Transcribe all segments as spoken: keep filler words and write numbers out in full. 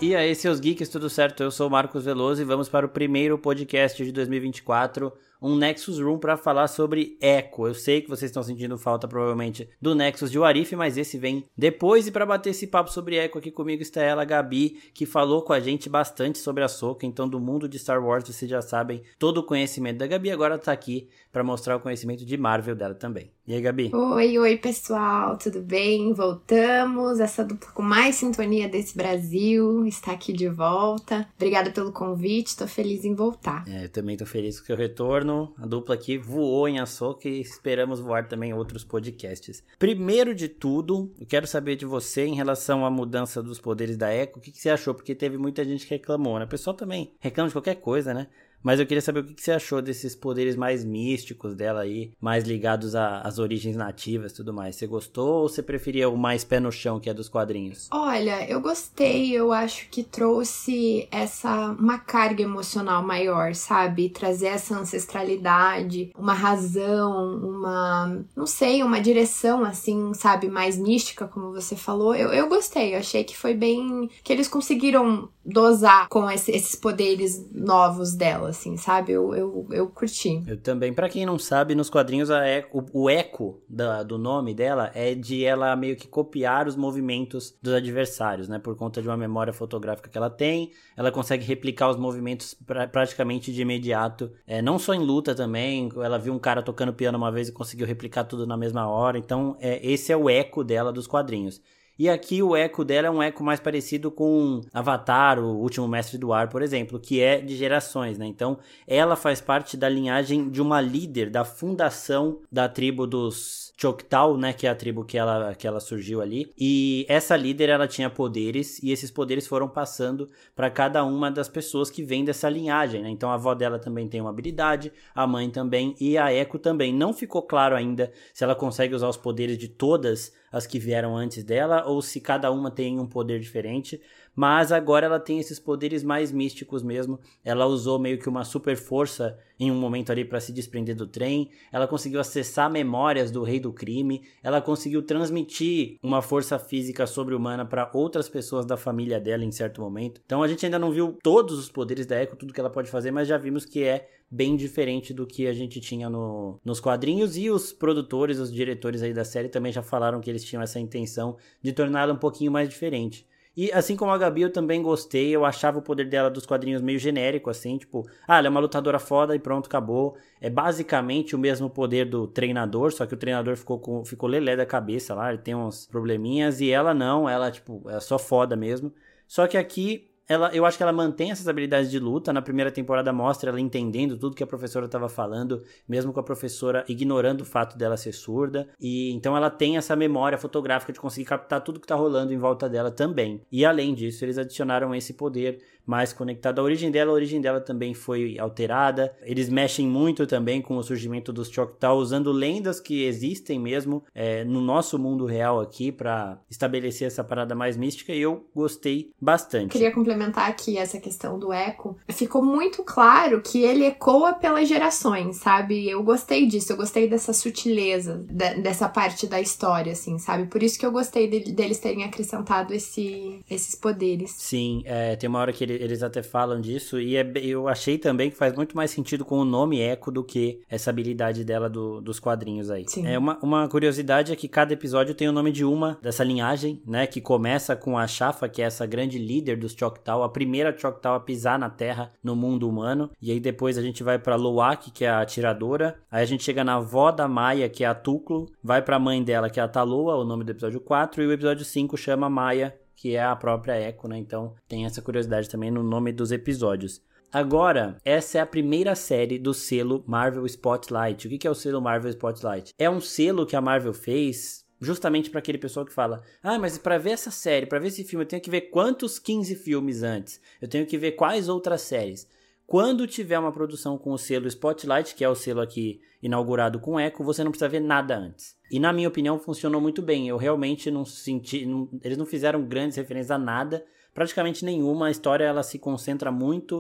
E aí, seus geeks, tudo certo? Eu sou o Marcos Veloso e vamos para o primeiro podcast de dois mil e vinte e quatro, um Nexus Room para falar sobre Echo. Eu sei que vocês estão sentindo falta, provavelmente, do Nexus de Warif, mas esse vem depois. E para bater esse papo sobre Echo, aqui comigo está ela, a Gabi, que falou com a gente bastante sobre a Ahsoka. Então, do mundo de Star Wars, vocês já sabem todo o conhecimento da Gabi. Agora tá aqui para mostrar o conhecimento de Marvel dela também. E aí, Gabi? Oi, oi, pessoal, tudo bem? Voltamos, essa dupla com mais sintonia desse Brasil está aqui de volta. Obrigada pelo convite, tô feliz em voltar. É, eu também tô feliz com o seu retorno. A dupla aqui voou em Ahsoka e esperamos voar também em outros podcasts. Primeiro de tudo, eu quero saber de você em relação à mudança dos poderes da Echo. O que, que você achou? Porque teve muita gente que reclamou, né? O pessoal também reclama de qualquer coisa, né? Mas eu queria saber o que você achou desses poderes mais místicos dela aí, mais ligados às origens nativas e tudo mais. Você gostou ou você preferia o mais pé no chão, que é dos quadrinhos? Olha, eu gostei, eu acho que trouxe essa, uma carga emocional maior, sabe? Trazer essa ancestralidade, uma razão, uma, não sei, uma direção assim, sabe? Mais mística, como você falou. Eu, eu gostei, eu achei que foi bem, que eles conseguiram dosar com esse, esses poderes novos dela, assim, sabe? Eu, eu, eu curti. Eu também. Pra quem não sabe, nos quadrinhos a Echo, o, o eco da, do nome dela é de ela meio que copiar os movimentos dos adversários, né? Por conta de uma memória fotográfica que ela tem, ela consegue replicar os movimentos pra, praticamente de imediato. É, não só em luta também, ela viu um cara tocando piano uma vez e conseguiu replicar tudo na mesma hora. Então, é, esse é o eco dela dos quadrinhos. E aqui o eco dela é um eco mais parecido com Avatar, o Último Mestre do Ar, por exemplo, que é de gerações, né? Então, ela faz parte da linhagem de uma líder da fundação da tribo dos Choctaw, né? Que é a tribo que ela, que ela surgiu ali. E essa líder, ela tinha poderes, e esses poderes foram passando para cada uma das pessoas que vem dessa linhagem, né? Então, a avó dela também tem uma habilidade, a mãe também, e a Echo também. Não ficou claro ainda se ela consegue usar os poderes de todas as que vieram antes dela, ou se cada uma tem um poder diferente, mas agora ela tem esses poderes mais místicos mesmo. Ela usou meio que uma super força em um momento ali para se desprender do trem, ela conseguiu acessar memórias do rei do crime, ela conseguiu transmitir uma força física sobre-humana para outras pessoas da família dela em certo momento. Então a gente ainda não viu todos os poderes da Echo, tudo que ela pode fazer, mas já vimos que é bem diferente do que a gente tinha no, nos quadrinhos, e os produtores, os diretores aí da série também já falaram que eles tinham essa intenção de torná-la um pouquinho mais diferente. E assim como a Gabi, eu também gostei, eu achava o poder dela dos quadrinhos meio genérico, assim, tipo, ah, ela é uma lutadora foda e pronto, acabou. É basicamente o mesmo poder do treinador, só que o treinador ficou, com, ficou lelé da cabeça lá, ele tem uns probleminhas, e ela não, ela, tipo, é só foda mesmo. Só que aqui, ela, eu acho que ela mantém essas habilidades de luta. Na primeira temporada mostra ela entendendo tudo que a professora estava falando, mesmo com a professora ignorando o fato dela ser surda. E então ela tem essa memória fotográfica de conseguir captar tudo que está rolando em volta dela também. E além disso, eles adicionaram esse poder mais conectado à origem dela. A origem dela também foi alterada. Eles mexem muito também com o surgimento dos Choctaw, usando lendas que existem mesmo é, no nosso mundo real aqui para estabelecer essa parada mais mística, e eu gostei bastante. Queria complementar aqui essa questão do eco. Ficou muito claro que ele ecoa pelas gerações, sabe? Eu gostei disso, eu gostei dessa sutileza, de, dessa parte da história, assim, sabe? Por isso que eu gostei de, deles terem acrescentado esse, esses poderes. Sim, é, tem uma hora que ele eles até falam disso, e é, eu achei também que faz muito mais sentido com o nome Echo do que essa habilidade dela do, dos quadrinhos aí. Sim. É uma, uma curiosidade é que cada episódio tem o nome de uma dessa linhagem, né, que começa com a Shafa, que é essa grande líder dos Choctaw, a primeira Choctaw a pisar na Terra no mundo humano, e aí depois a gente vai pra Loak, que é a atiradora, aí a gente chega na avó da Maia, que é a Tuklo, vai pra mãe dela, que é a Taloa, o nome do episódio quatro, e o episódio cinco chama Maia, que é a própria Echo, né? Então tem essa curiosidade também no nome dos episódios. Agora, essa é a primeira série do selo Marvel Spotlight. O que é o selo Marvel Spotlight? É um selo que a Marvel fez justamente para aquele pessoal que fala: ah, mas para ver essa série, para ver esse filme, eu tenho que ver quantos quinze filmes antes? Eu tenho que ver quais outras séries? Quando tiver uma produção com o selo Spotlight, que é o selo aqui inaugurado com Echo, você não precisa ver nada antes. E na minha opinião funcionou muito bem. Eu realmente não senti... Não, eles não fizeram grandes referências a nada, praticamente nenhuma. A história ela se concentra muito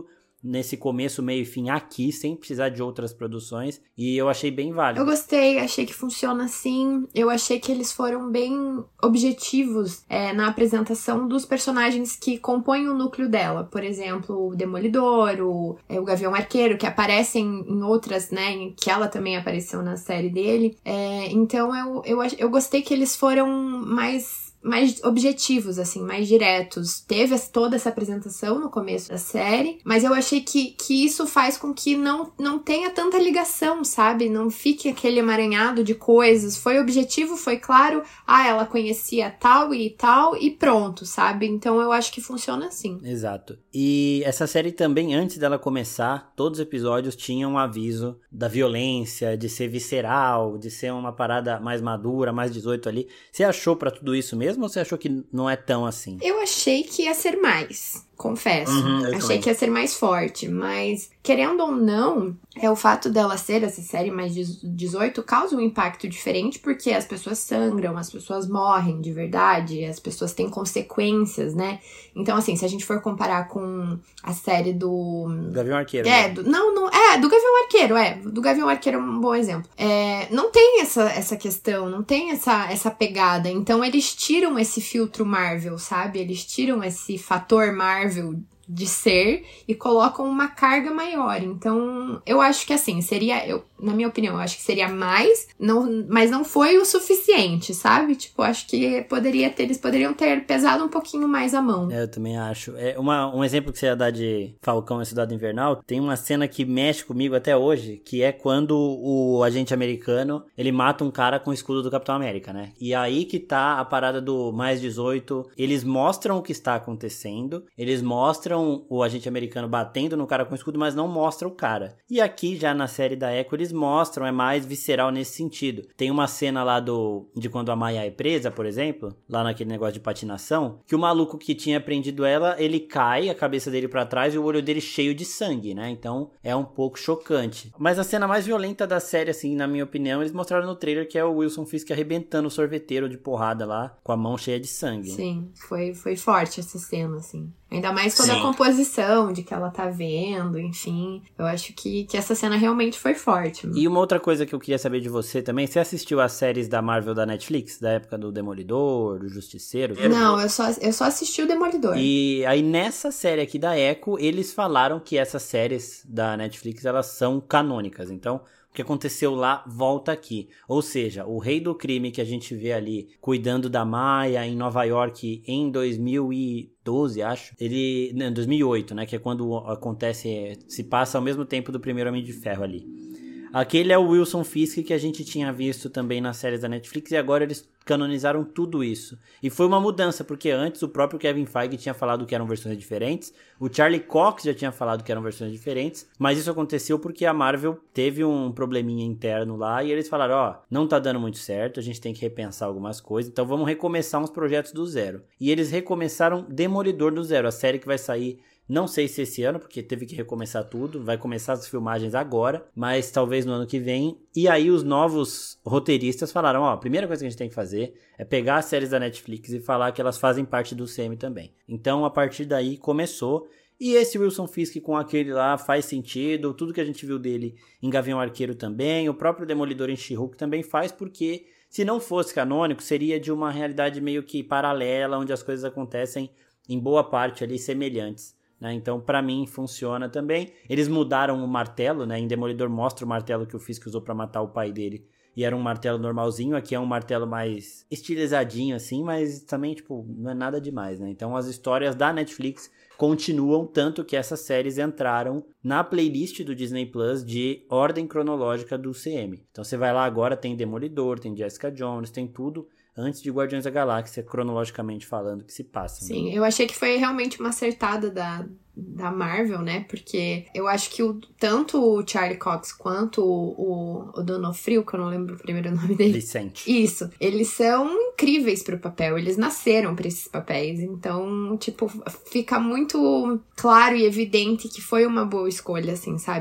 nesse começo, meio e fim aqui, sem precisar de outras produções, e eu achei bem válido. Eu gostei, achei que funciona assim, eu achei que eles foram bem objetivos é, na apresentação dos personagens que compõem o núcleo dela, por exemplo, o Demolidor, o, é, o Gavião Arqueiro, que aparecem em outras, né, em que ela também apareceu na série dele, é, então eu, eu, eu gostei que eles foram mais... mais objetivos, assim, mais diretos. Teve toda essa apresentação no começo da série, mas eu achei que, que isso faz com que não, não tenha tanta ligação, sabe? Não fique aquele emaranhado de coisas. Foi objetivo, foi claro, ah, ela conhecia tal e tal e pronto, sabe? Então eu acho que funciona assim. Exato. E essa série também, antes dela começar, todos os episódios tinham um aviso da violência, de ser visceral, de ser uma parada mais madura, mais dezoito ali. Você achou pra tudo isso mesmo? Ou você achou que não é tão assim? Eu achei que ia ser mais, confesso. Uhum, achei também. que ia ser mais forte, mas querendo ou não, é o fato dela ser essa série mais dezoito causa um impacto diferente, porque as pessoas sangram, as pessoas morrem de verdade, as pessoas têm consequências, né? Então, assim, se a gente for comparar com a série do... Gavião Arqueiro. É, né? do, não, não, é, do Gavião Arqueiro, é, do Gavião Arqueiro é um bom exemplo. É, não tem essa, essa questão, não tem essa, essa pegada, então eles tiram esse filtro Marvel, sabe? Eles tiram esse fator Marvel de ser e colocam uma carga maior. Então, eu acho que assim, seria, eu, na minha opinião, eu acho que seria mais, não, mas não foi o suficiente, sabe? Tipo, acho que poderia ter, eles poderiam ter pesado um pouquinho mais a mão. É, eu também acho. É uma, um exemplo que você ia dar de Falcão e Soldado Invernal, tem uma cena que mexe comigo até hoje, que é quando o agente americano, ele mata um cara com o escudo do Capitão América, né? E aí que tá a parada do mais dezoito, eles mostram o que está acontecendo, eles mostram o agente americano batendo no cara com o escudo, mas não mostra o cara. E aqui, já na série da Echo, eles mostram, é mais visceral nesse sentido. Tem uma cena lá do de quando a Maya é presa, por exemplo, lá naquele negócio de patinação, que o maluco que tinha prendido ela, ele cai, a cabeça dele pra trás e o olho dele cheio de sangue, né? Então, é um pouco chocante. Mas a cena mais violenta da série, assim, na minha opinião, eles mostraram no trailer, que é o Wilson Fisk arrebentando o sorveteiro de porrada lá, com a mão cheia de sangue. Sim, foi, foi forte essa cena, assim. Ainda mais toda Sim. a composição de que ela tá vendo, enfim. Eu acho que, que essa cena realmente foi forte. E uma outra coisa que eu queria saber de você também, você assistiu as séries da Marvel da Netflix? Da época do Demolidor, do Justiceiro? Não, eu só, eu só assisti o Demolidor. E aí nessa série aqui da Echo, eles falaram que essas séries da Netflix, elas são canônicas. Então, o que aconteceu lá, volta aqui. Ou seja, o rei do crime que a gente vê ali, cuidando da Maya em Nova York em dois mil e doze, acho. Ele... Não, dois mil e oito, né? Que é quando acontece... Se passa ao mesmo tempo do primeiro Homem de Ferro ali. Aquele é o Wilson Fisk que a gente tinha visto também nas séries da Netflix, e agora eles canonizaram tudo isso. E foi uma mudança, porque antes o próprio Kevin Feige tinha falado que eram versões diferentes, o Charlie Cox já tinha falado que eram versões diferentes, mas isso aconteceu porque a Marvel teve um probleminha interno lá, e eles falaram, ó, oh, não tá dando muito certo, a gente tem que repensar algumas coisas, então vamos recomeçar uns projetos do zero. E eles recomeçaram Demolidor do zero, a série que vai sair... Não sei se esse ano, porque teve que recomeçar tudo. Vai começar as filmagens agora, mas talvez no ano que vem. E aí os novos roteiristas falaram, ó, a primeira coisa que a gente tem que fazer é pegar as séries da Netflix e falar que elas fazem parte do C M também. Então, a partir daí, começou. E esse Wilson Fisk com aquele lá faz sentido. Tudo que a gente viu dele em Gavião Arqueiro também. O próprio Demolidor em She-Hulk também faz, porque se não fosse canônico, seria de uma realidade meio que paralela, onde as coisas acontecem em boa parte ali semelhantes. Né? Então, pra mim, funciona também. Eles mudaram o martelo, né? Em Demolidor mostra o martelo que o Fisk usou pra matar o pai dele. E era um martelo normalzinho. Aqui é um martelo mais estilizadinho, assim. Mas também, tipo, não é nada demais, né? Então, as histórias da Netflix continuam. Tanto que essas séries entraram na playlist do Disney Plus de ordem cronológica do C M. Então, você vai lá agora, tem Demolidor, tem Jessica Jones, tem tudo... antes de Guardiões da Galáxia, cronologicamente falando, que se passa. Sim, né? eu achei que foi realmente uma acertada da, da Marvel, né? Porque eu acho que o, tanto o Charlie Cox quanto o, o, o Donofrio, que eu não lembro o primeiro nome dele. Vicente. Isso. Eles são incríveis pro papel. Eles nasceram pra esses papéis. Então, tipo, fica muito claro e evidente que foi uma boa escolha, assim, sabe? Eles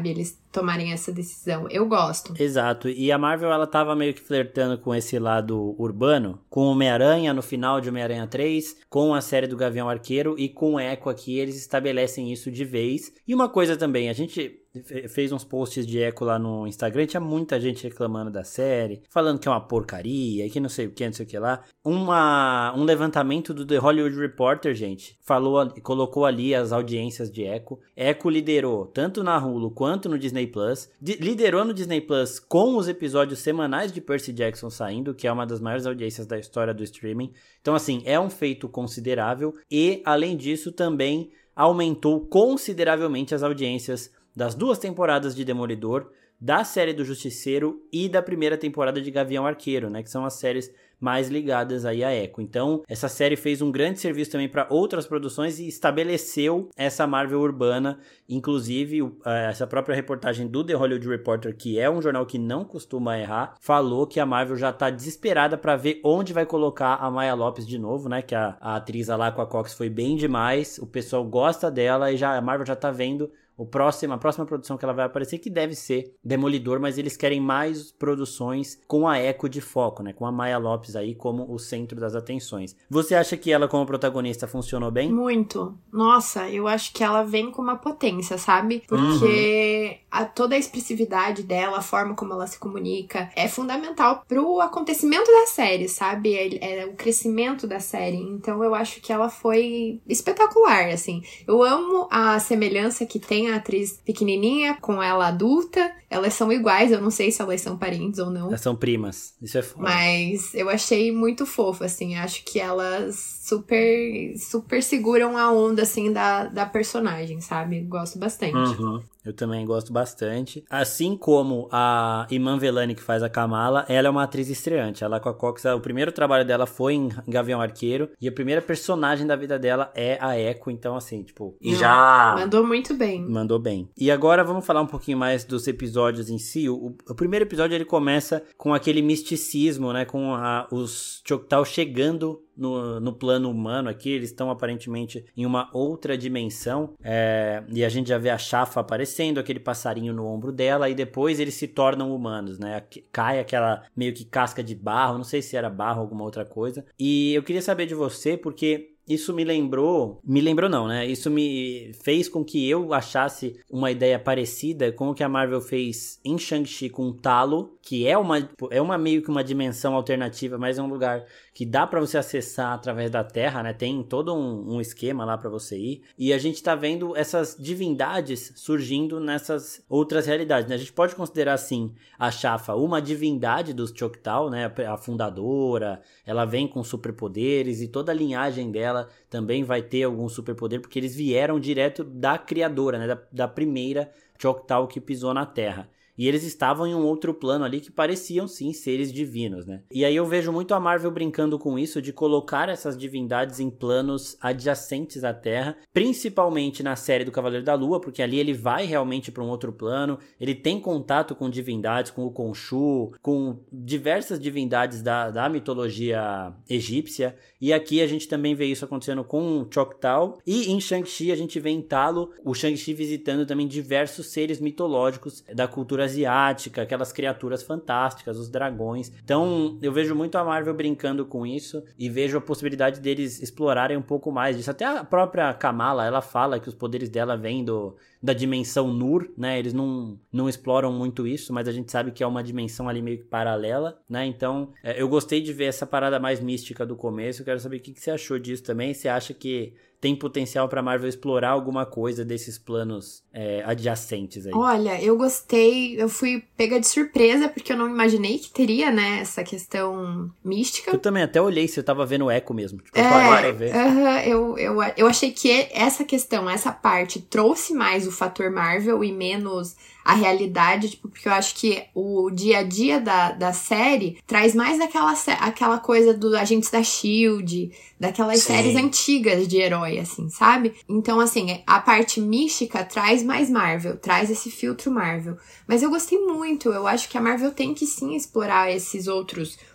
tomarem essa decisão. Eu gosto. Exato. E a Marvel, ela tava meio que flertando com esse lado urbano, com o Homem-Aranha no final de Homem-Aranha três, com a série do Gavião Arqueiro e com o Echo aqui, eles estabelecem isso de vez. E uma coisa também, a gente fez uns posts de Echo lá no Instagram, tinha muita gente reclamando da série, falando que é uma porcaria, que não sei o que, não sei o que lá. Uma, um levantamento do The Hollywood Reporter, gente, falou, colocou ali as audiências de Echo. Echo liderou tanto na Hulu quanto no Disney Plus. De, liderou no Disney Plus com os episódios semanais de Percy Jackson saindo, que é uma das maiores audiências da história do streaming. Então, assim, é um feito considerável e, além disso, também aumentou consideravelmente as audiências das duas temporadas de Demolidor, da série do Justiceiro e da primeira temporada de Gavião Arqueiro, né, que são as séries mais ligadas aí a Echo. Então, essa série fez um grande serviço também para outras produções e estabeleceu essa Marvel urbana. Inclusive, essa própria reportagem do The Hollywood Reporter, que é um jornal que não costuma errar, falou que a Marvel já tá desesperada para ver onde vai colocar a Maya Lopes de novo, né, que a, a atriz lá com a Cox foi bem demais, o pessoal gosta dela e já, a Marvel já tá vendo O próximo, a próxima produção que ela vai aparecer, que deve ser Demolidor, mas eles querem mais produções com a Echo de foco, né? Com a Maya Lopes aí como o centro das atenções. Você acha que ela como protagonista funcionou bem? Muito. Nossa, eu acho que ela vem com uma potência, sabe? Porque uhum. a, toda a expressividade dela, a forma como ela se comunica, é fundamental pro acontecimento da série, sabe? É, é o crescimento da série. Então eu acho que ela foi espetacular, assim. Eu amo a semelhança que tem a atriz pequenininha com ela adulta. Elas são iguais, eu não sei se elas são parentes ou não. Elas são primas, isso é foda. Mas eu achei muito fofo, assim. Acho que elas super, super seguram a onda, assim, da, da personagem, sabe? Gosto bastante. Uhum. Eu também gosto bastante. Assim como a Iman Vellani, que faz a Kamala, ela é uma atriz estreante. Ela com a Cox, o primeiro trabalho dela foi em Gavião Arqueiro. E a primeira personagem da vida dela é a Echo. Então, assim, tipo... E Não, já... Mandou muito bem. Mandou bem. E agora vamos falar um pouquinho mais dos episódios em si. O, o primeiro episódio, ele começa com aquele misticismo, né? Com a, os Choctaw chegando no, no plano humano aqui. Eles estão aparentemente em uma outra dimensão. É, e a gente já vê a Shafa aparecendo, aquele passarinho no ombro dela. E depois eles se tornam humanos, né? Cai aquela meio que casca de barro. Não sei se era barro ou alguma outra coisa. E eu queria saber de você, porque... Isso me lembrou, me lembrou não, né? Isso me fez com que eu achasse uma ideia parecida com o que a Marvel fez em Shang-Chi com o Talo, que é uma, é uma meio que uma dimensão alternativa, mas é um lugar que dá pra você acessar através da Terra, né? Tem todo um, um esquema lá pra você ir. E a gente tá vendo essas divindades surgindo nessas outras realidades, né? A gente pode considerar, assim, a Shafa uma divindade dos Choctaw, né? A fundadora, ela vem com superpoderes e toda a linhagem dela também vai ter algum superpoder, porque eles vieram direto da criadora, né? Da, da primeira Choctaw que pisou na Terra. E eles estavam em um outro plano ali que pareciam, sim, seres divinos, né? E aí eu vejo muito a Marvel brincando com isso, de colocar essas divindades em planos adjacentes à Terra, principalmente na série do Cavaleiro da Lua, porque ali ele vai realmente para um outro plano, ele tem contato com divindades, com o Khonshu, com diversas divindades da, da mitologia egípcia, e aqui a gente também vê isso acontecendo com Choctaw, e em Shang-Chi a gente vê em Talo o Shang-Chi visitando também diversos seres mitológicos da cultura asiática, aquelas criaturas fantásticas, os dragões. Então eu vejo muito a Marvel brincando com isso e vejo a possibilidade deles explorarem um pouco mais disso. Até a própria Kamala, ela fala que os poderes dela vêm do, da dimensão Nur, né? Eles não, não exploram muito isso, mas a gente sabe que é uma dimensão ali meio que paralela, né? Então é, eu gostei de ver essa parada mais mística do começo. Eu quero saber o que, que você achou disso também. Você acha que tem potencial pra Marvel explorar alguma coisa desses planos é, adjacentes aí? Olha, eu gostei, eu fui pega de surpresa, porque eu não imaginei que teria, né, essa questão mística. Eu também até olhei se eu tava vendo o Echo mesmo. Tipo, é, agora ver. Uh-huh, eu, eu, eu achei que essa questão, essa parte, trouxe mais o fator Marvel e menos a realidade, tipo, porque eu acho que o dia a dia da, da série traz mais aquela, aquela coisa do Agentes da Shield, daquelas Sim. séries antigas de herói, assim, sabe? Então, assim, a parte mística traz mais Marvel, traz esse filtro Marvel. Mas eu gostei muito, eu acho que a Marvel tem que sim explorar esses outros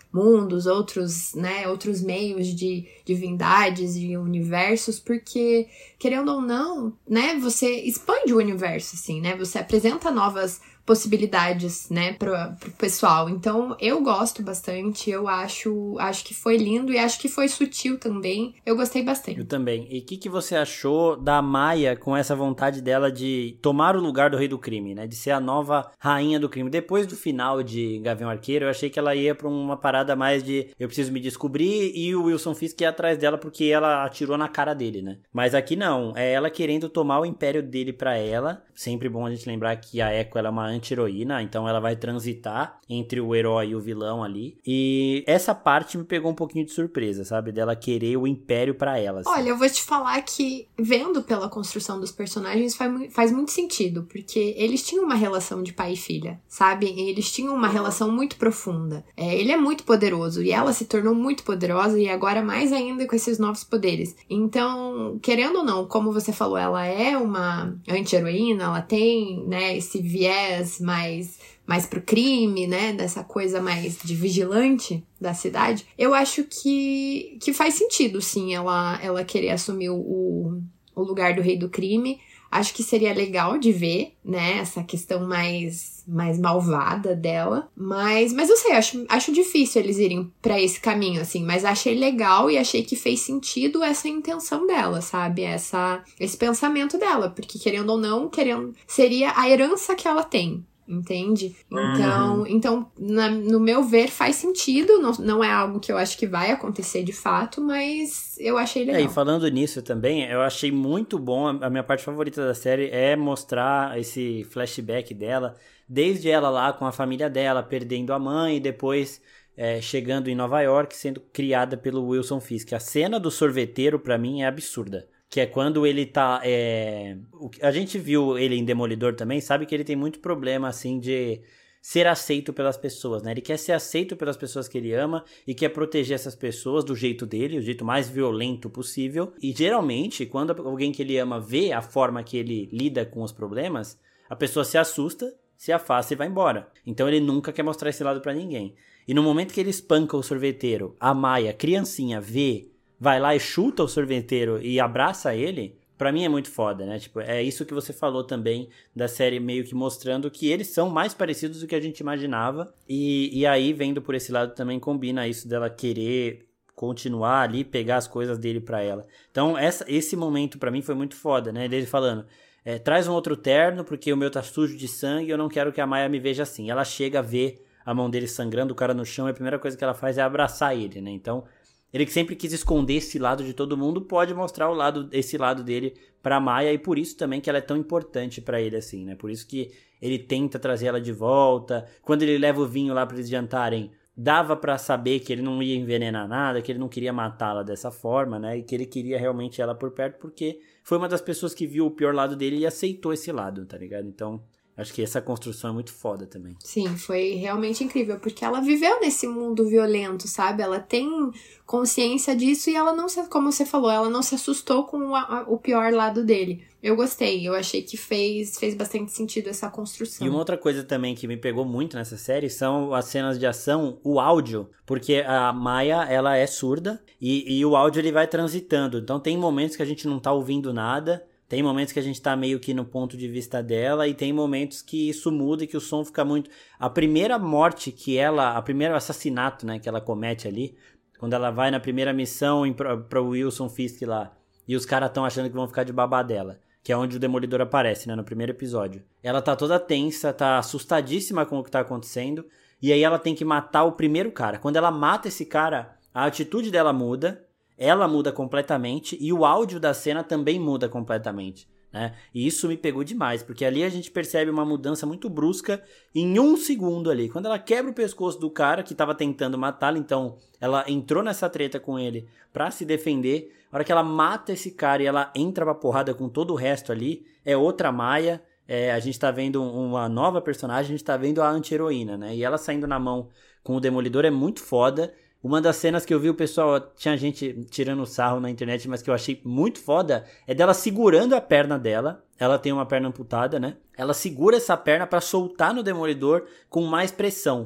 mundos, outros, né, outros meios de divindades e universos, porque, querendo ou não, né, você expande o universo, assim, né, você apresenta novas possibilidades, né, pro, pro pessoal. Então, eu gosto bastante, eu acho, acho que foi lindo e acho que foi sutil também. Eu gostei bastante. Eu também. E o que, que você achou da Maya com essa vontade dela de tomar o lugar do rei do crime, né, de ser a nova rainha do crime? Depois do final de Gavião Arqueiro, eu achei que ela ia pra uma parada mais de eu preciso me descobrir e o Wilson Fisk ia atrás dela porque ela atirou na cara dele, né? Mas aqui não, é ela querendo tomar o império dele pra ela. Sempre bom a gente lembrar que a Echo, ela é uma anti-heroína, então ela vai transitar entre o herói e o vilão ali. E essa parte me pegou um pouquinho de surpresa, sabe? Dela querer o império pra ela. Assim. Olha, eu vou te falar que, vendo pela construção dos personagens, faz, faz muito sentido, porque eles tinham uma relação de pai e filha, sabe? Eles tinham uma relação muito profunda. É, ele é muito poderoso e ela se tornou muito poderosa e agora mais ainda com esses novos poderes. Então, querendo ou não, como você falou, ela é uma anti-heroína, ela tem, né, esse viés mais, mais pro crime, né, dessa coisa mais de vigilante da cidade. Eu acho que, que faz sentido, sim, ela, ela querer assumir o, o lugar do rei do crime. Acho que seria legal de ver, né, essa questão mais, mais malvada dela. Mas, mas eu sei, acho, acho difícil eles irem pra esse caminho, assim. Mas achei legal e achei que fez sentido essa intenção dela, sabe? Essa, esse pensamento dela. Porque, querendo ou não, querendo, seria a herança que ela tem. Entende? Então, uhum. então na, no meu ver, faz sentido. Não, não é algo que eu acho que vai acontecer de fato, mas eu achei legal. É, e falando nisso também, eu achei muito bom. A minha parte favorita da série é mostrar esse flashback dela, desde ela lá com a família dela, perdendo a mãe e depois é, chegando em Nova York, sendo criada pelo Wilson Fisk. A cena do sorveteiro, pra mim, é absurda. Que é quando ele tá... É... A gente viu ele em Demolidor também, sabe que ele tem muito problema, assim, de ser aceito pelas pessoas, né? Ele quer ser aceito pelas pessoas que ele ama e quer proteger essas pessoas do jeito dele, o jeito mais violento possível. E, geralmente, quando alguém que ele ama vê a forma que ele lida com os problemas, a pessoa se assusta, se afasta e vai embora. Então, ele nunca quer mostrar esse lado pra ninguém. E no momento que ele espanca o sorveteiro, a Maya, criancinha, vê... vai lá e chuta o sorveteiro e abraça ele, pra mim é muito foda, né? Tipo, é isso que você falou também da série, meio que mostrando que eles são mais parecidos do que a gente imaginava. E, e aí, vendo por esse lado, também combina isso dela querer continuar ali, pegar as coisas dele pra ela. Então, essa, esse momento pra mim foi muito foda, né? Dele falando, é, traz um outro terno, porque o meu tá sujo de sangue e eu não quero que a Maya me veja assim. Ela chega a ver a mão dele sangrando, o cara no chão, e a primeira coisa que ela faz é abraçar ele, né? Então... ele que sempre quis esconder esse lado de todo mundo, pode mostrar o lado, esse lado dele pra Maya, e por isso também que ela é tão importante pra ele, assim, né? Por isso que ele tenta trazer ela de volta. Quando ele leva o vinho lá pra eles jantarem, dava pra saber que ele não ia envenenar nada, que ele não queria matá-la dessa forma, né? E que ele queria realmente ela por perto, porque foi uma das pessoas que viu o pior lado dele e aceitou esse lado, tá ligado? Então... acho que essa construção é muito foda também. Sim, foi realmente incrível, porque ela viveu nesse mundo violento, sabe? Ela tem consciência disso e ela não se, como você falou, ela não se assustou com a, a, o pior lado dele. Eu gostei, eu achei que fez, fez bastante sentido essa construção. E uma outra coisa também que me pegou muito nessa série são as cenas de ação, o áudio, porque a Maya, ela é surda e, e o áudio ele vai transitando, então tem momentos que a gente não tá ouvindo nada. Tem momentos que a gente tá meio que no ponto de vista dela e tem momentos que isso muda e que o som fica muito... A primeira morte que ela... A primeiro assassinato, né, que ela comete ali, quando ela vai na primeira missão pra, pra Wilson Fisk lá, e os caras tão achando que vão ficar de babá dela, que é onde o Demolidor aparece, né, no primeiro episódio. Ela tá toda tensa, tá assustadíssima com o que tá acontecendo, e aí ela tem que matar o primeiro cara. Quando ela mata esse cara, a atitude dela muda... ela muda completamente e o áudio da cena também muda completamente, né? E isso me pegou demais, porque ali a gente percebe uma mudança muito brusca em um segundo ali. Quando ela quebra o pescoço do cara que tava tentando matá-la, então ela entrou nessa treta com ele pra se defender. A hora que ela mata esse cara e ela entra pra porrada com todo o resto ali, é outra Maya. É, a gente tá vendo uma nova personagem, a gente tá vendo a anti-heroína, né? E ela saindo na mão com o Demolidor é muito foda. Uma das cenas que eu vi o pessoal, tinha gente tirando sarro na internet, mas que eu achei muito foda, é dela segurando a perna dela. Ela tem uma perna amputada, né? Ela segura essa perna pra soltar no Demolidor com mais pressão.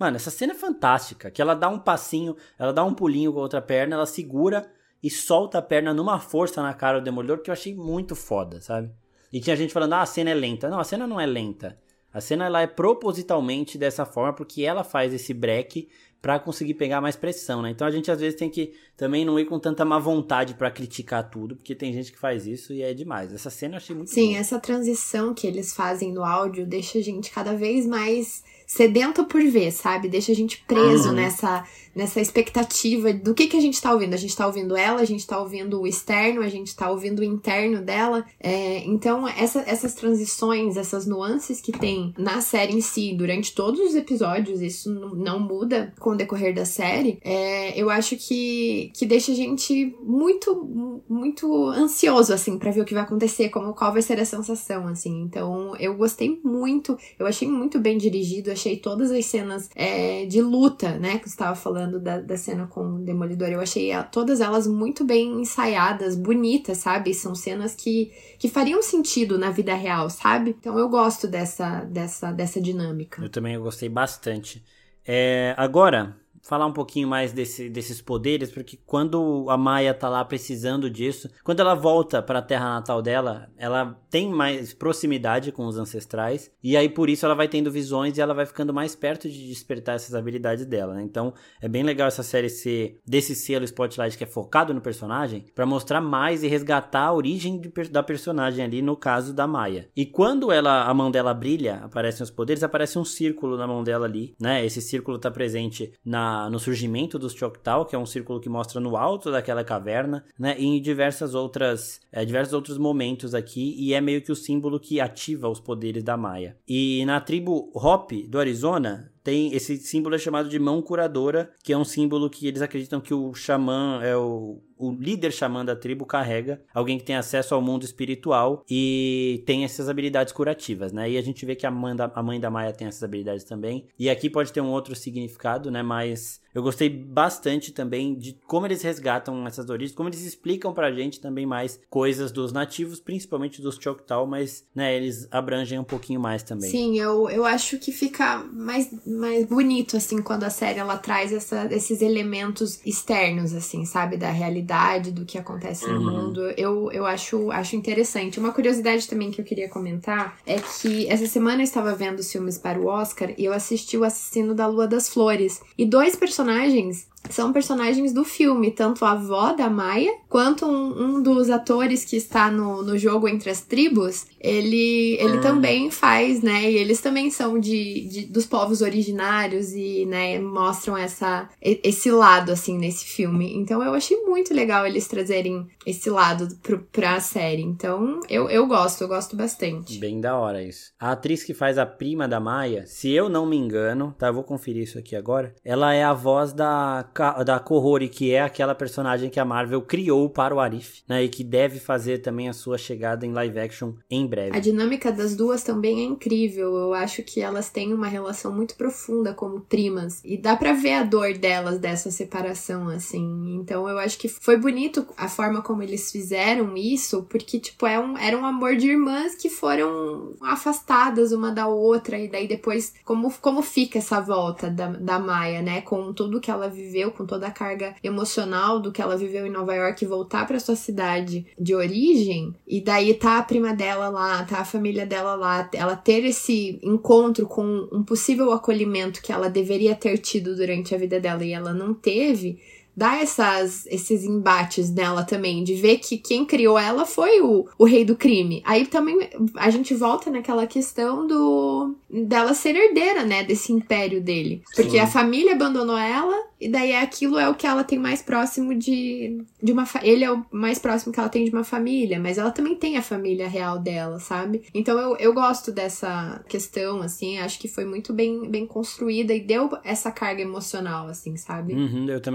Mano, essa cena é fantástica, que ela dá um passinho, ela dá um pulinho com a outra perna, ela segura e solta a perna numa força na cara do Demolidor, que eu achei muito foda, sabe? E tinha gente falando, ah, a cena é lenta. Não, a cena não é lenta. A cena ela é propositalmente dessa forma, porque ela faz esse break pra conseguir pegar mais pressão, né? Então a gente às vezes tem que também não ir com tanta má vontade pra criticar tudo, porque tem gente que faz isso e é demais. Essa cena eu achei muito Sim, boa. essa transição que eles fazem no áudio deixa a gente cada vez mais sedento por ver, sabe? Deixa a gente preso Uhum. nessa, nessa expectativa do que, que a gente tá ouvindo. A gente tá ouvindo ela, a gente tá ouvindo o externo, a gente tá ouvindo o interno dela. É, então, essa, essas transições, essas nuances que tem na série em si, durante todos os episódios, isso não, não muda com o decorrer da série, é, eu acho que, que deixa a gente muito, muito ansioso, assim, pra ver o que vai acontecer, como, qual vai ser a sensação, assim. Então, eu gostei muito, eu achei muito bem dirigido, achei todas as cenas é, de luta, né, que você estava falando da, da cena com o Demolidor, eu achei a, todas elas muito bem ensaiadas, bonitas, sabe? São cenas que, que fariam sentido na vida real, sabe? Então eu gosto dessa, dessa, dessa dinâmica. Eu também gostei bastante. É, agora, falar um pouquinho mais desse, desses poderes, porque quando a Maya tá lá precisando disso, quando ela volta pra terra natal dela, ela tem mais proximidade com os ancestrais, e aí por isso ela vai tendo visões e ela vai ficando mais perto de despertar essas habilidades dela, né? Então é bem legal essa série ser desse selo Spotlight que é focado no personagem, pra mostrar mais e resgatar a origem de, da personagem ali, no caso da Maya. E quando ela, a mão dela brilha, aparecem os poderes, aparece um círculo na mão dela ali, né? Esse círculo tá presente na no surgimento dos Choctaw, que é um círculo que mostra no alto daquela caverna, né, e em diversas outras, é, diversos outros momentos aqui, e é meio que o símbolo que ativa os poderes da Maya. E na tribo Hopi do Arizona, tem esse símbolo é chamado de mão curadora, que é um símbolo que eles acreditam que o xamã, é o, o líder xamã da tribo carrega, alguém que tem acesso ao mundo espiritual e tem essas habilidades curativas, né? E a gente vê que a mãe da, a mãe da Maya tem essas habilidades também. E aqui pode ter um outro significado, né? Mas eu gostei bastante também de como eles resgatam essas origens, como eles explicam pra gente também mais coisas dos nativos, principalmente dos Choctaw, mas, né, eles abrangem um pouquinho mais também. Sim, eu, eu acho que fica mais, mais bonito, assim, quando a série, ela traz essa, esses elementos externos, assim, sabe? Da realidade, do que acontece no Uhum. mundo. Eu, eu acho, acho interessante. Uma curiosidade também que eu queria comentar é que essa semana eu estava vendo os filmes para o Oscar e eu assisti o Assassino da Lua das Flores. E dois personagens são personagens do filme, tanto a avó da Maya, quanto um, um dos atores que está no, no jogo Entre as Tribos, ele, ele também faz, né, e eles também são de, de, dos povos originários e, né, mostram essa, esse lado, assim, nesse filme. Então eu achei muito legal eles trazerem esse lado pro, pra série. Então eu, eu gosto, eu gosto bastante. Bem da hora isso. A atriz que faz a prima da Maya, se eu não me engano, tá, eu vou conferir isso aqui agora, ela é a voz da, da Kohori, que é aquela personagem que a Marvel criou para o Arif, né, e que deve fazer também a sua chegada em live action em breve. A dinâmica das duas também é incrível. Eu acho que elas têm uma relação muito profunda como primas. E dá pra ver a dor delas dessa separação, assim. Então eu acho que foi bonito a forma como eles fizeram isso, porque, tipo, é um, era um amor de irmãs que foram afastadas uma da outra. E daí depois, como, como fica essa volta da, da Maya, né? Com tudo que ela viveu, com toda a carga emocional do que ela viveu em Nova York e voltar pra sua cidade de origem. E daí tá a prima dela lá, tá a família dela lá, ela ter esse encontro com um possível acolhimento que ela deveria ter tido durante a vida dela e ela não teve, dá essas, esses embates nela também, de ver que quem criou ela foi o, o rei do crime. Aí também a gente volta naquela questão do dela ser herdeira, né, desse império dele. Porque Sim. a família abandonou ela, e daí aquilo é o que ela tem mais próximo de, de uma... Fa- ele é o mais próximo que ela tem de uma família, mas ela também tem a família real dela, sabe? Então eu, eu gosto dessa questão, assim, acho que foi muito bem, bem construída e deu essa carga emocional, assim, sabe? Uhum, eu também, eu gosto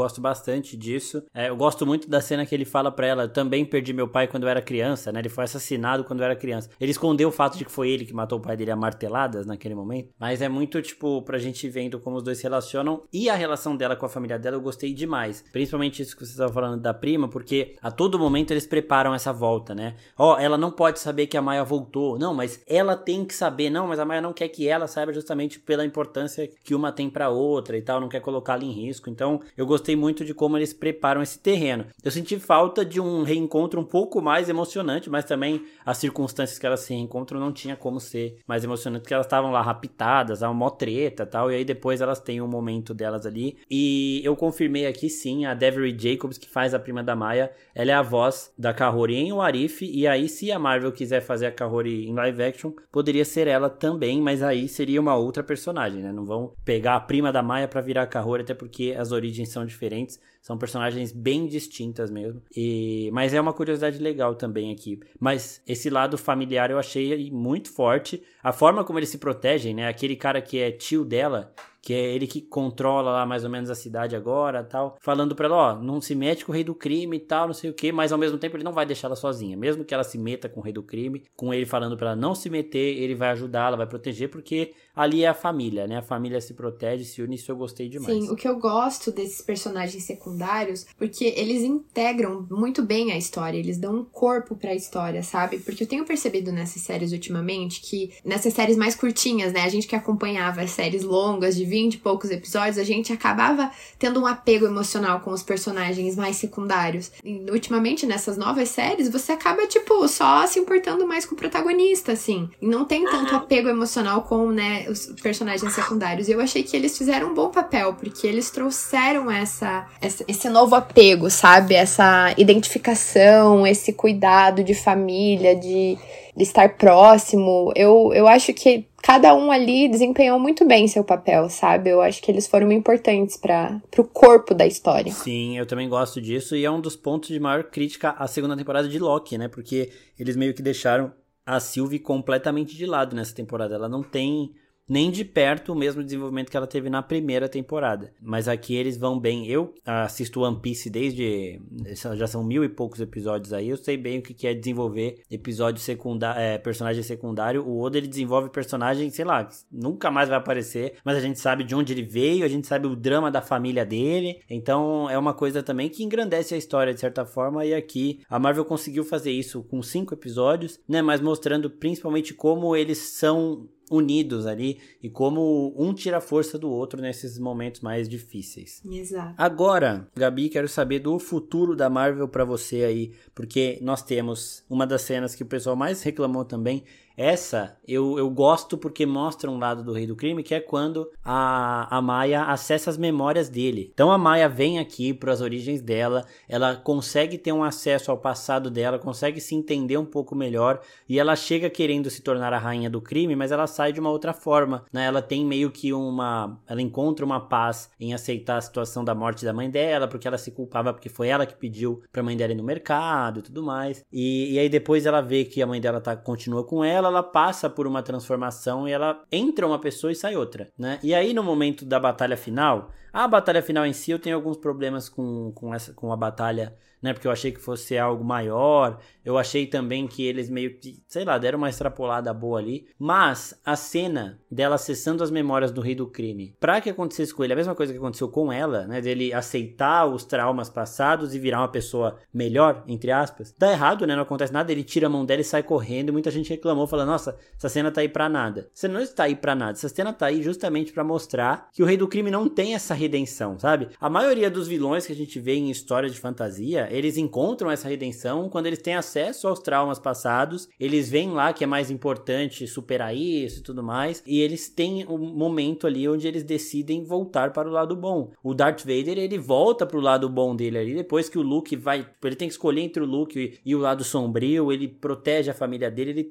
gosto bastante disso. É, eu gosto muito da cena que ele fala pra ela, também perdi meu pai quando eu era criança, né? Ele foi assassinado quando eu era criança. Ele escondeu o fato de que foi ele que matou o pai dele a marteladas naquele momento, mas é muito, tipo, pra gente vendo como os dois se relacionam, e a relação dela com a família dela eu gostei demais. Principalmente isso que você estava falando da prima, porque a todo momento eles preparam essa volta, né? Ó, oh, ela não pode saber que a Maya voltou. Não, mas ela tem que saber. Não, mas a Maya não quer que ela saiba justamente pela importância que uma tem pra outra e tal, não quer colocá-la em risco. Então, eu gostei muito de como eles preparam esse terreno. Eu senti falta de um reencontro um pouco mais emocionante, mas também as circunstâncias que elas se reencontram não tinha como ser mais emocionante, porque elas estavam lá raptadas, uma mó treta e tal, e aí depois elas têm um momento delas ali. E eu confirmei aqui sim, a Devery Jacobs, que faz a prima da Maya, ela é a voz da Kahori em O Arif, e aí se a Marvel quiser fazer a Kahori em live action, poderia ser ela também, mas aí seria uma outra personagem, né? Não vão pegar a prima da Maya pra virar a Kahori, até porque as origens são diferentes, são personagens bem distintas mesmo. E... Mas é uma curiosidade legal também aqui. Mas esse lado familiar eu achei muito forte. A forma como eles se protegem, né? Aquele cara que é tio dela, que é ele que controla lá mais ou menos a cidade agora, tal, falando pra ela, ó, não se mete com o rei do crime e tal, não sei o que, mas ao mesmo tempo ele não vai deixar ela sozinha, mesmo que ela se meta com o rei do crime, com ele falando pra ela não se meter, ele vai ajudá-la, vai proteger, porque ali é a família, né, a família se protege, se une, isso eu gostei demais. Sim, o que eu gosto desses personagens secundários, porque eles integram muito bem a história, eles dão um corpo pra história, sabe, porque eu tenho percebido nessas séries ultimamente, que nessas séries mais curtinhas, né, a gente que acompanhava as séries longas de vinte e poucos episódios, a gente acabava tendo um apego emocional com os personagens mais secundários. E, ultimamente, nessas novas séries, você acaba, tipo, só se importando mais com o protagonista, assim. E não tem tanto apego emocional com, né, os personagens secundários. E eu achei que eles fizeram um bom papel, porque eles trouxeram essa, essa, esse novo apego, sabe? Essa identificação, esse cuidado de família, de, de estar próximo. Eu, eu acho que cada um ali desempenhou muito bem seu papel, sabe? Eu acho que eles foram importantes para pro corpo da história. Sim, eu também gosto disso, e é um dos pontos de maior crítica à segunda temporada de Loki, né? Porque eles meio que deixaram a Sylvie completamente de lado nessa temporada. Ela não tem nem de perto o mesmo desenvolvimento que ela teve na primeira temporada. Mas aqui eles vão bem. Eu assisto One Piece desde... já são mil e poucos episódios aí. Eu sei bem o que é desenvolver episódio secundário, é, personagem secundário. O Oda, ele desenvolve personagem, sei lá, nunca mais vai aparecer. Mas a gente sabe de onde ele veio, a gente sabe o drama da família dele. Então é uma coisa também que engrandece a história de certa forma. E aqui a Marvel conseguiu fazer isso com cinco episódios, né? Mas mostrando principalmente como eles são unidos ali e como um tira a força do outro nesses momentos mais difíceis. Exato. Agora, Gabi, quero saber do futuro da Marvel pra você aí, porque nós temos uma das cenas que o pessoal mais reclamou também. Essa eu, eu gosto porque mostra um lado do Rei do Crime, que é quando a, a Maya acessa as memórias dele. Então a Maya vem aqui para as origens dela, ela consegue ter um acesso ao passado dela, consegue se entender um pouco melhor, e ela chega querendo se tornar a rainha do crime, mas ela sai de uma outra forma, né? Ela tem meio que uma... ela encontra uma paz em aceitar a situação da morte da mãe dela, porque ela se culpava porque foi ela que pediu pra mãe dela ir no mercado e tudo mais. E, e aí depois ela vê que a mãe dela tá, continua com ela, ela passa por uma transformação e ela entra uma pessoa e sai outra, né? E aí no momento da batalha final, a batalha final em si eu tenho alguns problemas com, com, essa, com a batalha, né? Porque eu achei que fosse algo maior, eu achei também que eles meio que, sei lá, deram uma extrapolada boa ali, mas a cena dela acessando as memórias do Rei do Crime, pra que acontecesse com ele a mesma coisa que aconteceu com ela, né? Dele aceitar os traumas passados e virar uma pessoa melhor, entre aspas, dá errado, né? Não acontece nada, ele tira a mão dela e sai correndo, e muita gente reclamou, falando, nossa, essa cena tá aí pra nada. Você não está aí pra nada, essa cena tá aí justamente pra mostrar que o Rei do Crime não tem essa redenção, sabe? A maioria dos vilões que a gente vê em história de fantasia, eles encontram essa redenção quando eles têm acesso aos traumas passados, eles veem lá que é mais importante superar isso e tudo mais, e eles têm um momento ali onde eles decidem voltar para o lado bom. O Darth Vader, ele volta pro lado bom dele ali, depois que o Luke vai, ele tem que escolher entre o Luke e, e o lado sombrio, ele protege a família dele, ele tem esse momento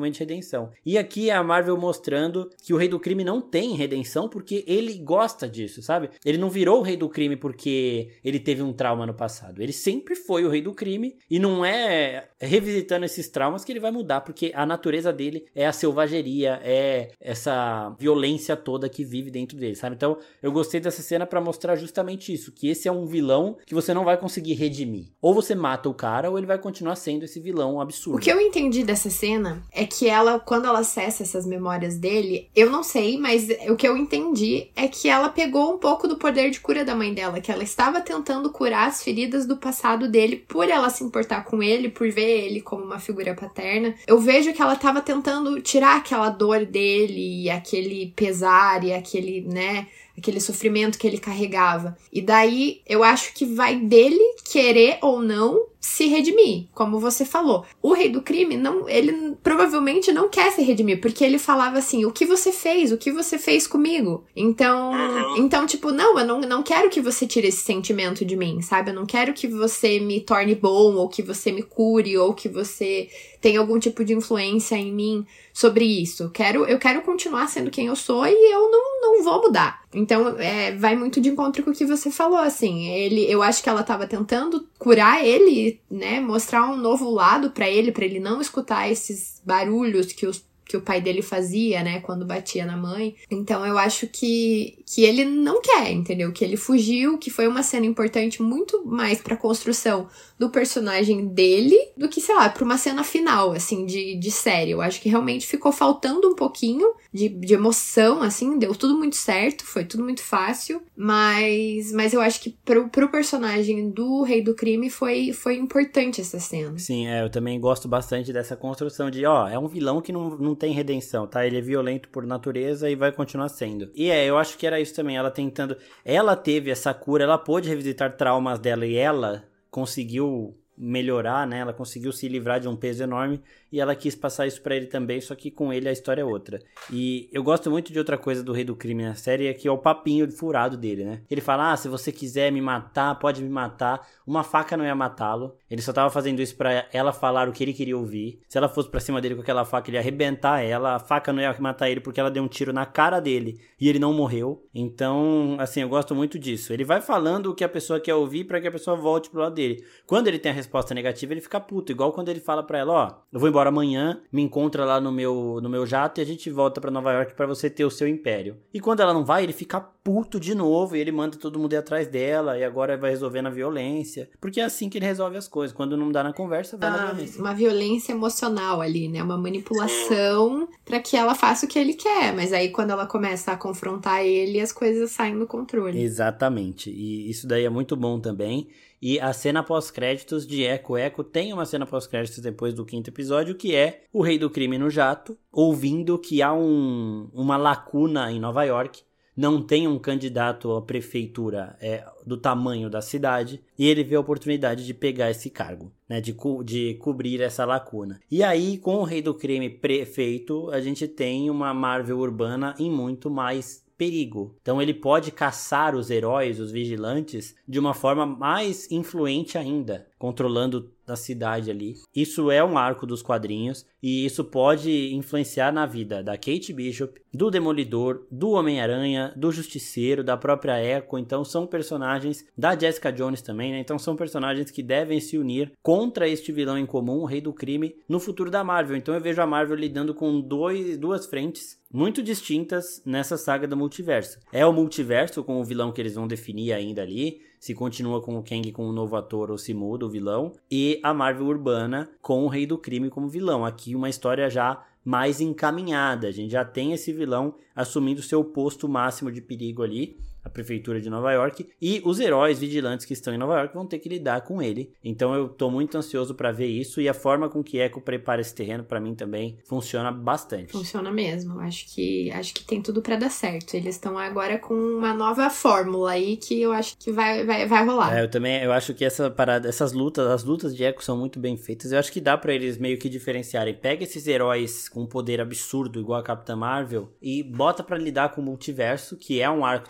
momento de redenção. E aqui é a Marvel mostrando que o Rei do Crime não tem redenção porque ele gosta disso, sabe? Ele não virou o Rei do Crime porque ele teve um trauma no passado. Ele sempre foi o Rei do Crime e não é revisitando esses traumas que ele vai mudar, porque a natureza dele é a selvageria, é essa violência toda que vive dentro dele, sabe? Então, eu gostei dessa cena pra mostrar justamente isso, que esse é um vilão que você não vai conseguir redimir. Ou você mata o cara, ou ele vai continuar sendo esse vilão absurdo. O que eu entendi dessa cena é que ela, quando ela acessa essas memórias dele, eu não sei, mas o que eu entendi é que ela pegou um pouco do poder de cura da mãe dela, que ela estava tentando curar as feridas do passado dele, por ela se importar com ele, por ver ele como uma figura paterna. Eu vejo que ela estava tentando tirar aquela dor dele, e aquele pesar, e aquele, né, aquele sofrimento que ele carregava. E daí, eu acho que vai dele querer ou não se redimir, como você falou. O Rei do Crime, não, ele provavelmente não quer se redimir, porque ele falava assim, o que você fez? O que você fez comigo? Então, uhum. então tipo, não, eu não, não quero que você tire esse sentimento de mim, sabe? Eu não quero que você me torne bom, ou que você me cure, ou que você tenha algum tipo de influência em mim sobre isso. Eu quero, eu quero continuar sendo quem eu sou e eu não, não vou mudar. Então, é, vai muito de encontro com o que você falou, assim. Ele, eu acho que ela tava tentando curar ele, né? Mostrar um novo lado pra ele, pra ele não escutar esses barulhos que os que o pai dele fazia, né, quando batia na mãe. Então eu acho que, que ele não quer, entendeu? Que ele fugiu, que foi uma cena importante muito mais pra construção do personagem dele do que, sei lá, pra uma cena final, assim, de, de série. Eu acho que realmente ficou faltando um pouquinho de, de emoção, assim, deu tudo muito certo, foi tudo muito fácil, mas, mas eu acho que pro, pro personagem do Rei do Crime foi, foi importante essa cena. Sim, é, eu também gosto bastante dessa construção de, ó, é um vilão que não, não tem redenção, tá? Ele é violento por natureza e vai continuar sendo. E é, eu acho que era isso também, ela tentando... Ela teve essa cura, ela pôde revisitar traumas dela e ela conseguiu melhorar, né? Ela conseguiu se livrar de um peso enorme e ela quis passar isso pra ele também, só que com ele a história é outra. E eu gosto muito de outra coisa do Rei do Crime na série, é que é o papinho furado dele, né? Ele fala, ah, se você quiser me matar, pode me matar. Uma faca não ia matá-lo. Ele só tava fazendo isso pra ela falar o que ele queria ouvir. Se ela fosse pra cima dele com aquela faca, ele ia arrebentar ela. A faca não ia matar ele porque ela deu um tiro na cara dele e ele não morreu. Então, assim, eu gosto muito disso. Ele vai falando o que a pessoa quer ouvir pra que a pessoa volte pro lado dele. Quando ele tem a resposta negativa, ele fica puto. Igual quando ele fala pra ela, ó, eu vou embora amanhã, me encontra lá no meu, no meu jato e a gente volta pra Nova York pra você ter o seu império. E quando ela não vai, ele fica puto de novo e ele manda todo mundo ir atrás dela e agora vai resolver na violência. Porque é assim que ele resolve as coisas. Quando não dá na conversa, vai ah, na violência. Uma violência emocional ali, né? Uma manipulação pra que ela faça o que ele quer. Mas aí quando ela começa a confrontar ele, as coisas saem do controle. Exatamente. E isso daí é muito bom também. E a cena pós-créditos de Echo Echo tem uma cena pós-créditos depois do quinto episódio, que é o Rei do Crime no jato, ouvindo que há um, uma lacuna em Nova York, não tem um candidato à prefeitura é, do tamanho da cidade, e ele vê a oportunidade de pegar esse cargo, né, de, co- de cobrir essa lacuna. E aí, com o Rei do Crime prefeito, a gente tem uma Marvel urbana em muito mais perigo. Então ele pode caçar os heróis, os vigilantes, de uma forma mais influente ainda, controlando a cidade ali. Isso é um arco dos quadrinhos e isso pode influenciar na vida da Kate Bishop, do Demolidor, do Homem-Aranha, do Justiceiro, da própria Echo. Então são personagens da Jessica Jones também, né? Então são personagens que devem se unir contra este vilão em comum, o Rei do Crime, no futuro da Marvel. Então eu vejo a Marvel lidando com dois, duas frentes muito distintas nessa saga do multiverso. É o multiverso com o vilão que eles vão definir ainda ali, se continua com o Kang como um novo ator ou se muda o vilão, e a Marvel urbana com o Rei do Crime como vilão. Aqui uma história já mais encaminhada, a gente já tem esse vilão assumindo seu posto máximo de perigo ali, a prefeitura de Nova York, e os heróis vigilantes que estão em Nova York vão ter que lidar com ele. Então eu tô muito ansioso pra ver isso, e a forma com que Echo prepara esse terreno pra mim também funciona bastante. Funciona mesmo, acho que, acho que tem tudo pra dar certo. Eles estão agora com uma nova fórmula aí que eu acho que vai, vai, vai rolar. É, eu também, eu acho que essa parada, essas lutas, as lutas de Echo são muito bem feitas. Eu acho que dá pra eles meio que diferenciarem. Pega esses heróis com um poder absurdo igual a Capitã Marvel e bota pra lidar com o multiverso, que é um arco também grande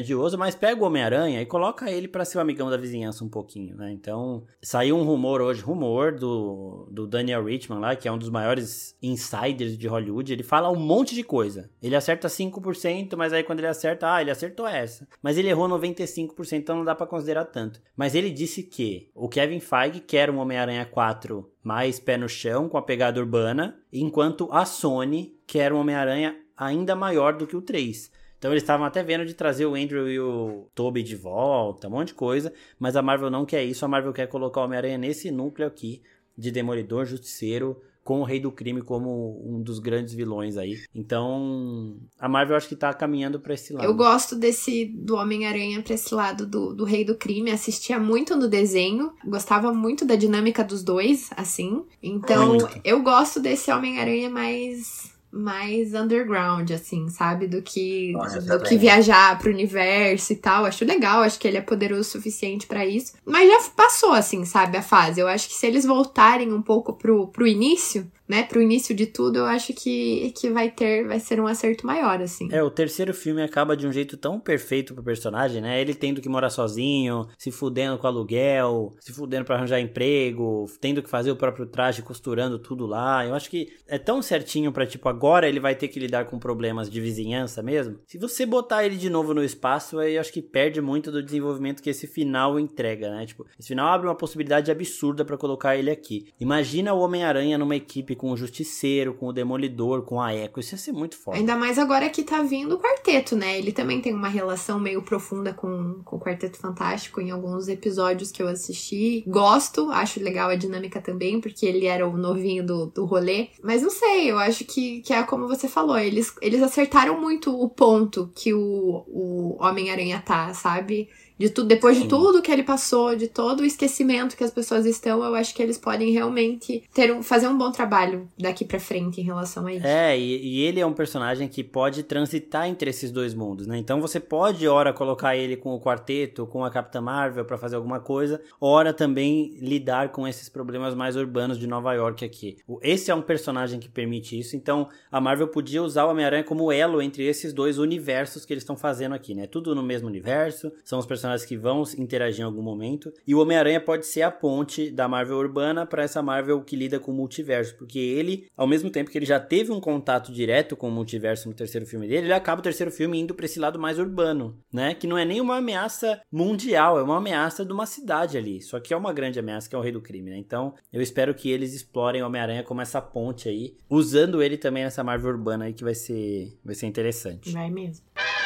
grandioso, mas pega o Homem-Aranha e coloca ele pra ser o amigão da vizinhança um pouquinho, né? Então, saiu um rumor hoje, rumor do, do Daniel Richtman lá, que é um dos maiores insiders de Hollywood. Ele fala um monte de coisa. Ele acerta cinco por cento, mas aí quando ele acerta, ah, ele acertou essa. Mas ele errou noventa e cinco por cento, então não dá pra considerar tanto. Mas ele disse que o Kevin Feige quer um Homem-Aranha quatro mais pé no chão, com a pegada urbana, enquanto a Sony quer um Homem-Aranha ainda maior do que o três. Então eles estavam até vendo de trazer o Andrew e o Tobey de volta, um monte de coisa, mas a Marvel não quer isso, a Marvel quer colocar o Homem-Aranha nesse núcleo aqui, de Demolidor, Justiceiro, com o Rei do Crime como um dos grandes vilões aí. Então, a Marvel acho que tá caminhando pra esse lado. Eu gosto desse, do Homem-Aranha pra esse lado do, do Rei do Crime, assistia muito no desenho, gostava muito da dinâmica dos dois, assim. Então, muito. Eu gosto desse Homem-Aranha mais... mais underground, assim, sabe? Do que, Nossa, do que viajar pro universo e tal. Acho legal, acho que ele é poderoso o suficiente pra isso. Mas já passou, assim, sabe? A fase. Eu acho que se eles voltarem um pouco pro, pro início, né? Pro início de tudo, eu acho que, que vai ter, vai ser um acerto maior, assim. É, o terceiro filme acaba de um jeito tão perfeito pro personagem, né? Ele tendo que morar sozinho, se fudendo com aluguel, se fudendo pra arranjar emprego, tendo que fazer o próprio traje, costurando tudo lá. Eu acho que é tão certinho pra, tipo, agora ele vai ter que lidar com problemas de vizinhança mesmo. Se você botar ele de novo no espaço, aí eu acho que perde muito do desenvolvimento que esse final entrega, né? Tipo, esse final abre uma possibilidade absurda pra colocar ele aqui. Imagina o Homem-Aranha numa equipe com o Justiceiro, com o Demolidor, com a Echo. Isso ia ser muito foda. Ainda mais agora que tá vindo o quarteto, né? Ele também tem uma relação meio profunda com, com o Quarteto Fantástico em alguns episódios que eu assisti. Gosto, acho legal a dinâmica também, porque ele era o novinho do, do rolê. Mas não sei, eu acho que, que é como você falou, eles, eles acertaram muito o ponto que o, o Homem-Aranha tá, sabe? De tudo, depois Sim. de tudo que ele passou, de todo o esquecimento que as pessoas estão, eu acho que eles podem realmente ter um, fazer um bom trabalho daqui pra frente em relação a isso. É, e, e ele é um personagem que pode transitar entre esses dois mundos, né? Então você pode, ora, colocar ele com o Quarteto, com a Capitã Marvel pra fazer alguma coisa, ora também lidar com esses problemas mais urbanos de Nova York aqui. Esse é um personagem que permite isso, então a Marvel podia usar o Homem-Aranha como elo entre esses dois universos que eles estão fazendo aqui, né? Tudo no mesmo universo, são os personagens que vão interagir em algum momento, e o Homem-Aranha pode ser a ponte da Marvel urbana para essa Marvel que lida com o multiverso, porque ele, ao mesmo tempo que ele já teve um contato direto com o multiverso no terceiro filme dele, ele acaba o terceiro filme indo para esse lado mais urbano, né, que não é nem uma ameaça mundial, é uma ameaça de uma cidade ali, só que é uma grande ameaça, que é o Rei do Crime, né, então eu espero que eles explorem o Homem-Aranha como essa ponte aí, usando ele também nessa Marvel urbana aí, que vai ser, vai ser interessante. Vai mesmo.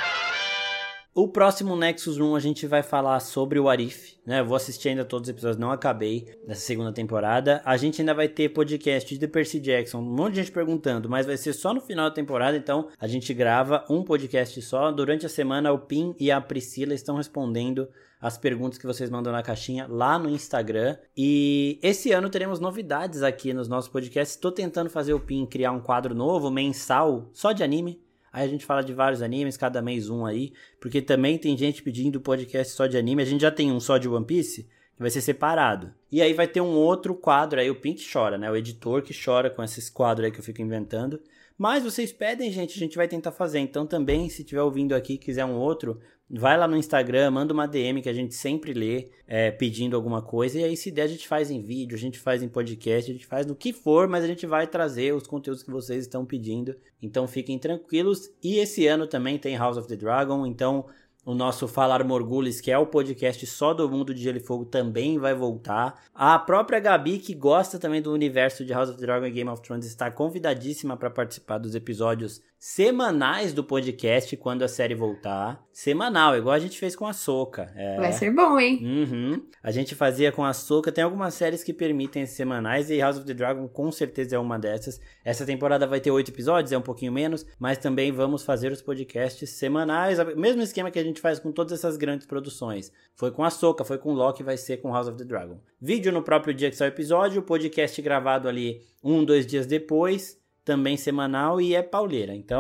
O próximo Nexus Room a gente vai falar sobre o What If, né? Eu vou assistir ainda todos os episódios, não acabei dessa segunda temporada. A gente ainda vai ter podcast de Percy Jackson, um monte de gente perguntando, mas vai ser só no final da temporada, então a gente grava um podcast só. Durante a semana o Pim e a Priscila estão respondendo as perguntas que vocês mandam na caixinha lá no Instagram. E esse ano teremos novidades aqui nos nossos podcasts. Estou tentando fazer o Pim criar um quadro novo, mensal, só de anime. Aí a gente fala de vários animes, cada mês um aí, porque também tem gente pedindo podcast só de anime. A gente já tem um só de One Piece, que vai ser separado. E aí vai ter um outro quadro, aí o Pink chora, né? O editor que chora com esses quadros aí que eu fico inventando. Mas vocês pedem, gente, a gente vai tentar fazer. Então também, se estiver ouvindo aqui e quiser um outro, vai lá no Instagram, manda uma D M que a gente sempre lê, é, pedindo alguma coisa. E aí, se der, a gente faz em vídeo, a gente faz em podcast, a gente faz no que for, mas a gente vai trazer os conteúdos que vocês estão pedindo. Então fiquem tranquilos. E esse ano também tem House of the Dragon, então o nosso Falar Morgulis, que é o podcast só do mundo de Gelo e Fogo, também vai voltar. A própria Gabi, que gosta também do universo de House of the Dragon e Game of Thrones, está convidadíssima para participar dos episódios semanais do podcast quando a série voltar. Semanal, igual a gente fez com a Ahsoka. É. Vai ser bom, hein? Uhum. A gente fazia com a Ahsoka. Tem algumas séries que permitem semanais e House of the Dragon com certeza é uma dessas. Essa temporada vai ter oito episódios, é um pouquinho menos, mas também vamos fazer os podcasts semanais. Mesmo esquema que a gente faz com todas essas grandes produções. Foi com a Ahsoka, foi com Loki, vai ser com House of the Dragon. Vídeo no próprio dia que sai o episódio, podcast gravado ali um, dois dias depois, também semanal, e é pauleira. Então,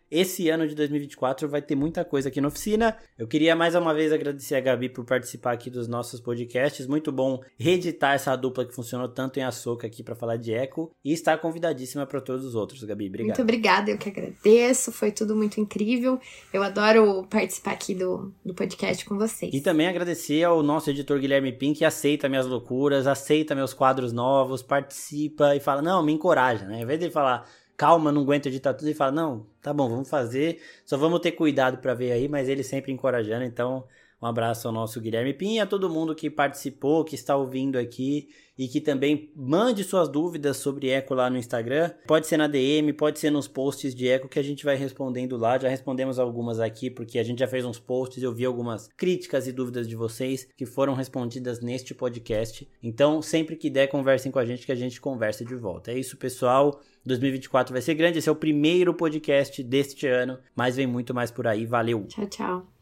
esse ano de dois mil e vinte e quatro vai ter muita coisa aqui na oficina. Eu queria mais uma vez agradecer a Gabi por participar aqui dos nossos podcasts. Muito bom reeditar essa dupla que funcionou tanto em Ahsoka aqui para falar de Echo. E estar convidadíssima para todos os outros, Gabi. Obrigado. Muito obrigada, eu que agradeço. Foi tudo muito incrível. Eu adoro participar aqui do, do podcast com vocês. E também agradecer ao nosso editor Guilherme Pim, que aceita minhas loucuras, aceita meus quadros novos, participa e fala, não, me encoraja, né? Em vez de falar... calma, não aguento editar tudo, e fala, não, tá bom, vamos fazer, só vamos ter cuidado pra ver aí, mas ele sempre encorajando, então um abraço ao nosso Guilherme Pim e a todo mundo que participou, que está ouvindo aqui e que também mande suas dúvidas sobre Echo lá no Instagram, pode ser na D M, pode ser nos posts de Echo que a gente vai respondendo lá, já respondemos algumas aqui porque a gente já fez uns posts, eu vi algumas críticas e dúvidas de vocês que foram respondidas neste podcast, então sempre que der conversem com a gente que a gente conversa de volta. É isso, pessoal, dois mil e vinte e quatro vai ser grande, esse é o primeiro podcast deste ano, mas vem muito mais por aí, valeu! Tchau, tchau!